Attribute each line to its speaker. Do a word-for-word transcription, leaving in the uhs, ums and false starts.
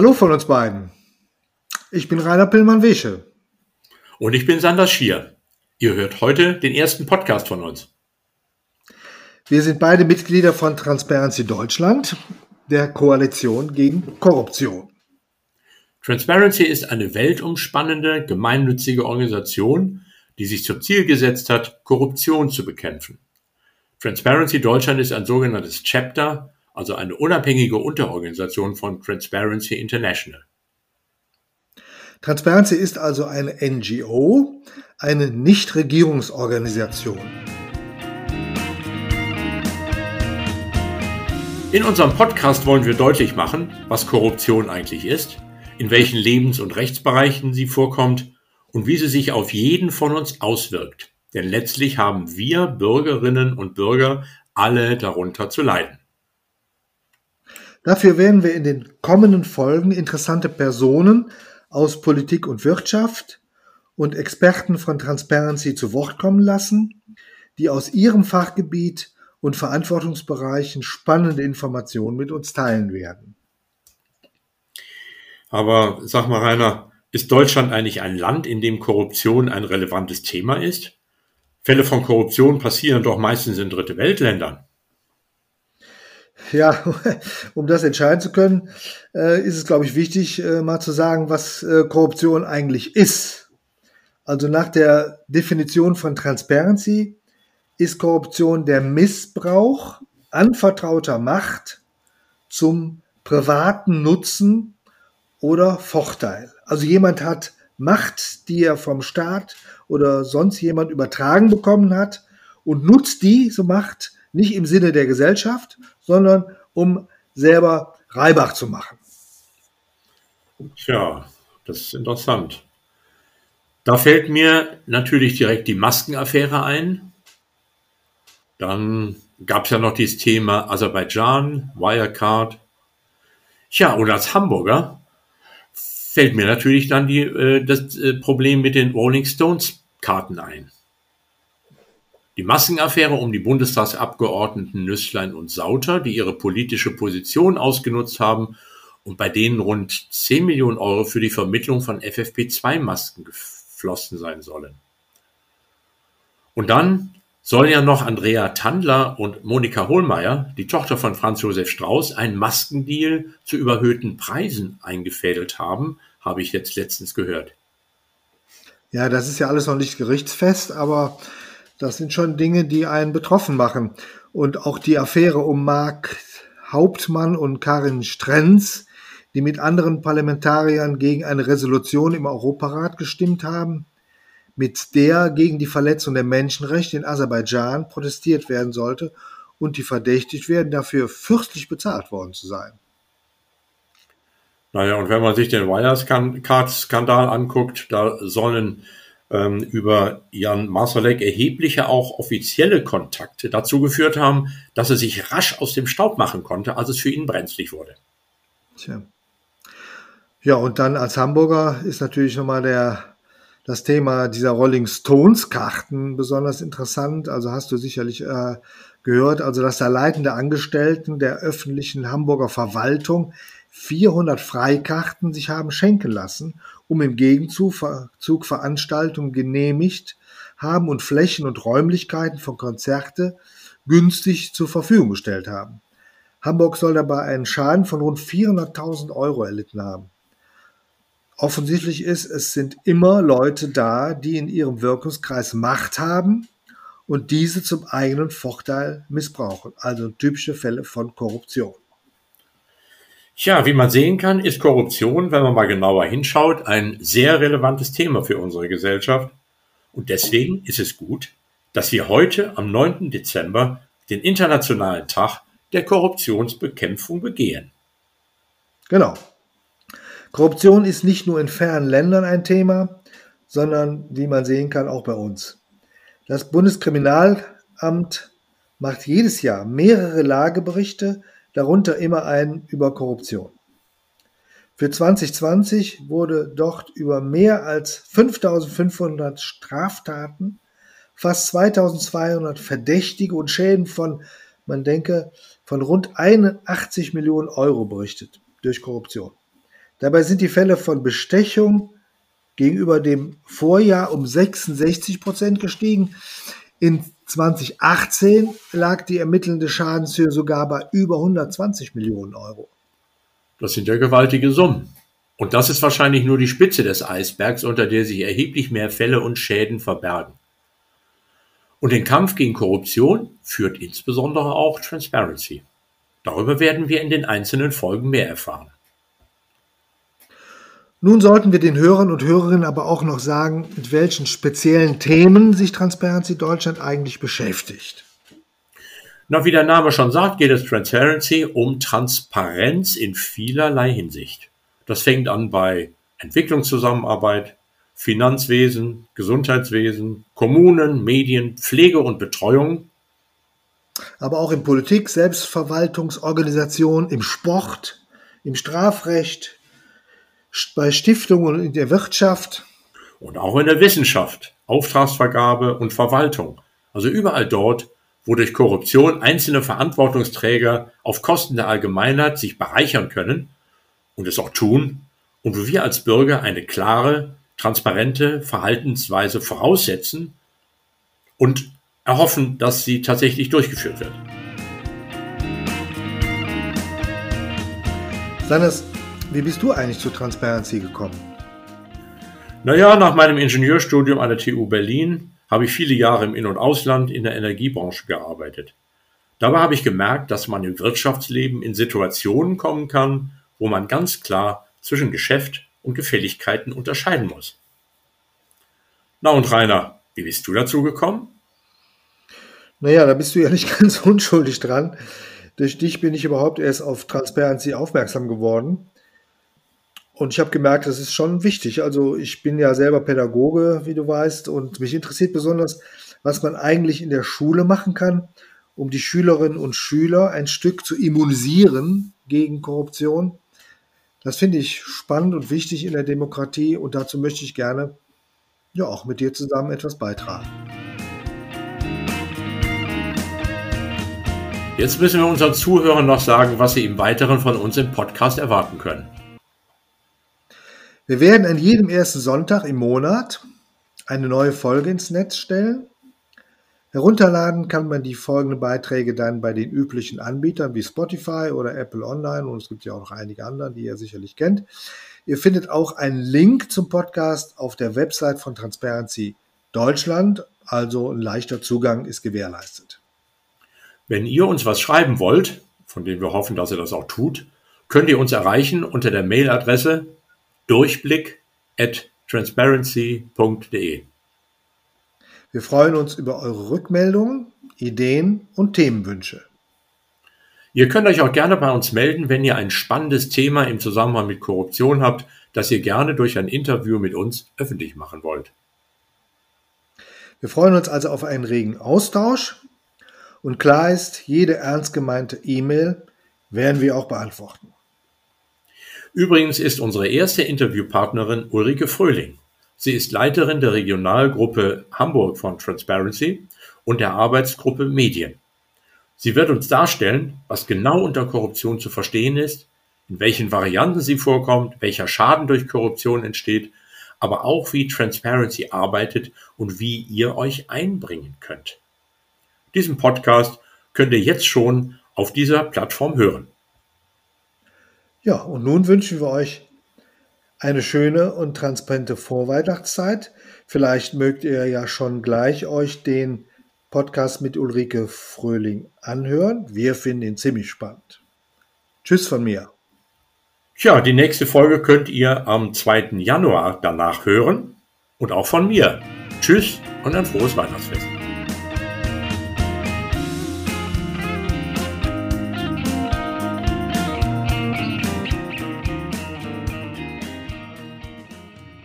Speaker 1: Hallo von uns beiden. Ich bin Rainer Pillmann-Wesche.
Speaker 2: Und ich bin Sander Schier. Ihr hört heute den ersten Podcast von uns.
Speaker 1: Wir sind beide Mitglieder von Transparency Deutschland, der Koalition gegen Korruption.
Speaker 2: Transparency ist eine weltumspannende, gemeinnützige Organisation, die sich zum Ziel gesetzt hat, Korruption zu bekämpfen. Transparency Deutschland ist ein sogenanntes Chapter, also eine unabhängige Unterorganisation von Transparency International.
Speaker 1: Transparency ist also eine N G O, eine Nichtregierungsorganisation.
Speaker 2: In unserem Podcast wollen wir deutlich machen, was Korruption eigentlich ist, in welchen Lebens- und Rechtsbereichen sie vorkommt und wie sie sich auf jeden von uns auswirkt. Denn letztlich haben wir Bürgerinnen und Bürger alle darunter zu leiden.
Speaker 1: Dafür werden wir in den kommenden Folgen interessante Personen aus Politik und Wirtschaft und Experten von Transparency zu Wort kommen lassen, die aus ihrem Fachgebiet und Verantwortungsbereichen spannende Informationen mit uns teilen werden.
Speaker 2: Aber sag mal, Rainer, ist Deutschland eigentlich ein Land, in dem Korruption ein relevantes Thema ist? Fälle von Korruption passieren doch meistens in Dritte Weltländern.
Speaker 1: Ja, um das entscheiden zu können, ist es, glaube ich, wichtig, mal zu sagen, was Korruption eigentlich ist. Also nach der Definition von Transparency ist Korruption der Missbrauch anvertrauter Macht zum privaten Nutzen oder Vorteil. Also jemand hat Macht, die er vom Staat oder sonst jemand übertragen bekommen hat und nutzt diese Macht nicht im Sinne der Gesellschaft, sondern um selber Reibach zu machen.
Speaker 2: Tja, das ist interessant. Da fällt mir natürlich direkt die Maskenaffäre ein. Dann gab es ja noch dieses Thema Aserbaidschan, Wirecard. Tja, und als Hamburger fällt mir natürlich dann die, äh, das äh, Problem mit den Rolling Stones Karten ein. Die Maskenaffäre um die Bundestagsabgeordneten Nüßlein und Sauter, die ihre politische Position ausgenutzt haben und bei denen rund zehn Millionen Euro für die Vermittlung von F F P zwei Masken geflossen sein sollen. Und dann sollen ja noch Andrea Tandler und Monika Hohlmeier, die Tochter von Franz Josef Strauß, einen Maskendeal zu überhöhten Preisen eingefädelt haben, habe ich jetzt letztens gehört.
Speaker 1: Ja, das ist ja alles noch nicht gerichtsfest, aber das sind schon Dinge, die einen betroffen machen. Und auch die Affäre um Marc Hauptmann und Karin Strenz, die mit anderen Parlamentariern gegen eine Resolution im Europarat gestimmt haben, mit der gegen die Verletzung der Menschenrechte in Aserbaidschan protestiert werden sollte und die verdächtigt werden, dafür fürstlich bezahlt worden zu sein.
Speaker 2: Naja, und wenn man sich den Wirecard-Skandal anguckt, da sollen ähm, über Jan Marsalek erhebliche auch offizielle Kontakte dazu geführt haben, dass er sich rasch aus dem Staub machen konnte, als es für ihn brenzlig wurde.
Speaker 1: Tja. Ja, und dann als Hamburger ist natürlich nochmal der das Thema dieser Rolling Stones Karten besonders interessant. Also hast du sicherlich äh, gehört, also dass da leitende Angestellten der öffentlichen Hamburger Verwaltung vierhundert Freikarten sich haben schenken lassen, um im Gegenzug Veranstaltungen genehmigt haben und Flächen und Räumlichkeiten von Konzerte günstig zur Verfügung gestellt haben. Hamburg soll dabei einen Schaden von rund vierhunderttausend Euro erlitten haben. Offensichtlich ist, es sind immer Leute da, die in ihrem Wirkungskreis Macht haben und diese zum eigenen Vorteil missbrauchen. Also typische Fälle von Korruption.
Speaker 2: Tja, wie man sehen kann, ist Korruption, wenn man mal genauer hinschaut, ein sehr relevantes Thema für unsere Gesellschaft. Und deswegen ist es gut, dass wir heute am neunten Dezember den Internationalen Tag der Korruptionsbekämpfung begehen.
Speaker 1: Genau. Korruption ist nicht nur in fernen Ländern ein Thema, sondern, wie man sehen kann, auch bei uns. Das Bundeskriminalamt macht jedes Jahr mehrere Lageberichte, darunter immer einen über Korruption. Für zwanzig zwanzig wurde dort über mehr als fünftausendfünfhundert Straftaten, fast zweitausendzweihundert Verdächtige und Schäden von, man denke, von rund einundachtzig Millionen Euro berichtet durch Korruption. Dabei sind die Fälle von Bestechung gegenüber dem Vorjahr um sechsundsechzig Prozent gestiegen. In zweitausendachtzehn lag die ermittelte Schadenshöhe sogar bei über hundertzwanzig Millionen Euro.
Speaker 2: Das sind ja gewaltige Summen. Und das ist wahrscheinlich nur die Spitze des Eisbergs, unter der sich erheblich mehr Fälle und Schäden verbergen. Und den Kampf gegen Korruption führt insbesondere auch Transparency. Darüber werden wir in den einzelnen Folgen mehr erfahren.
Speaker 1: Nun sollten wir den Hörern und Hörerinnen aber auch noch sagen, mit welchen speziellen Themen sich Transparency Deutschland eigentlich beschäftigt.
Speaker 2: Na, wie der Name schon sagt, geht es Transparency um Transparenz in vielerlei Hinsicht. Das fängt an bei Entwicklungszusammenarbeit, Finanzwesen, Gesundheitswesen, Kommunen, Medien, Pflege und Betreuung.
Speaker 1: Aber auch in Politik, Selbstverwaltungsorganisationen, im Sport, im Strafrecht, bei Stiftungen und in der Wirtschaft.
Speaker 2: Und auch in der Wissenschaft, Auftragsvergabe und Verwaltung. Also überall dort, wo durch Korruption einzelne Verantwortungsträger auf Kosten der Allgemeinheit sich bereichern können und es auch tun und wo wir als Bürger eine klare, transparente Verhaltensweise voraussetzen und erhoffen, dass sie tatsächlich durchgeführt wird.
Speaker 1: Sanders, wie bist du eigentlich zu Transparency gekommen?
Speaker 2: Naja, nach meinem Ingenieurstudium an der T U Berlin habe ich viele Jahre im In- und Ausland in der Energiebranche gearbeitet. Dabei habe ich gemerkt, dass man im Wirtschaftsleben in Situationen kommen kann, wo man ganz klar zwischen Geschäft und Gefälligkeiten unterscheiden muss. Na und Rainer, wie bist du dazu gekommen?
Speaker 1: Naja, da bist du ja nicht ganz unschuldig dran. Durch dich bin ich überhaupt erst auf Transparency aufmerksam geworden. Und ich habe gemerkt, das ist schon wichtig. Also ich bin ja selber Pädagoge, wie du weißt, und mich interessiert besonders, was man eigentlich in der Schule machen kann, um die Schülerinnen und Schüler ein Stück zu immunisieren gegen Korruption. Das finde ich spannend und wichtig in der Demokratie und dazu möchte ich gerne ja auch mit dir zusammen etwas beitragen.
Speaker 2: Jetzt müssen wir unseren Zuhörern noch sagen, was sie im Weiteren von uns im Podcast erwarten können.
Speaker 1: Wir werden an jedem ersten Sonntag im Monat eine neue Folge ins Netz stellen. Herunterladen kann man die folgenden Beiträge dann bei den üblichen Anbietern wie Spotify oder Apple Online und es gibt ja auch noch einige andere, die ihr sicherlich kennt. Ihr findet auch einen Link zum Podcast auf der Website von Transparency Deutschland, also ein leichter Zugang ist gewährleistet.
Speaker 2: Wenn ihr uns was schreiben wollt, von dem wir hoffen, dass ihr das auch tut, könnt ihr uns erreichen unter der Mailadresse durchblick at transparency punkt de.
Speaker 1: Wir freuen uns über eure Rückmeldungen, Ideen und Themenwünsche.
Speaker 2: Ihr könnt euch auch gerne bei uns melden, wenn ihr ein spannendes Thema im Zusammenhang mit Korruption habt, das ihr gerne durch ein Interview mit uns öffentlich machen wollt.
Speaker 1: Wir freuen uns also auf einen regen Austausch und klar ist, jede ernst gemeinte E-Mail werden wir auch beantworten.
Speaker 2: Übrigens ist unsere erste Interviewpartnerin Ulrike Fröhling. Sie ist Leiterin der Regionalgruppe Hamburg von Transparency und der Arbeitsgruppe Medien. Sie wird uns darstellen, was genau unter Korruption zu verstehen ist, in welchen Varianten sie vorkommt, welcher Schaden durch Korruption entsteht, aber auch wie Transparency arbeitet und wie ihr euch einbringen könnt. Diesen Podcast könnt ihr jetzt schon auf dieser Plattform hören.
Speaker 1: Ja, und nun wünschen wir euch eine schöne und transparente Vorweihnachtszeit. Vielleicht mögt ihr ja schon gleich euch den Podcast mit Ulrike Fröhling anhören. Wir finden ihn ziemlich spannend. Tschüss von mir.
Speaker 2: Tja, die nächste Folge könnt ihr am zweiten Januar danach hören und auch von mir. Tschüss und ein frohes Weihnachtsfest.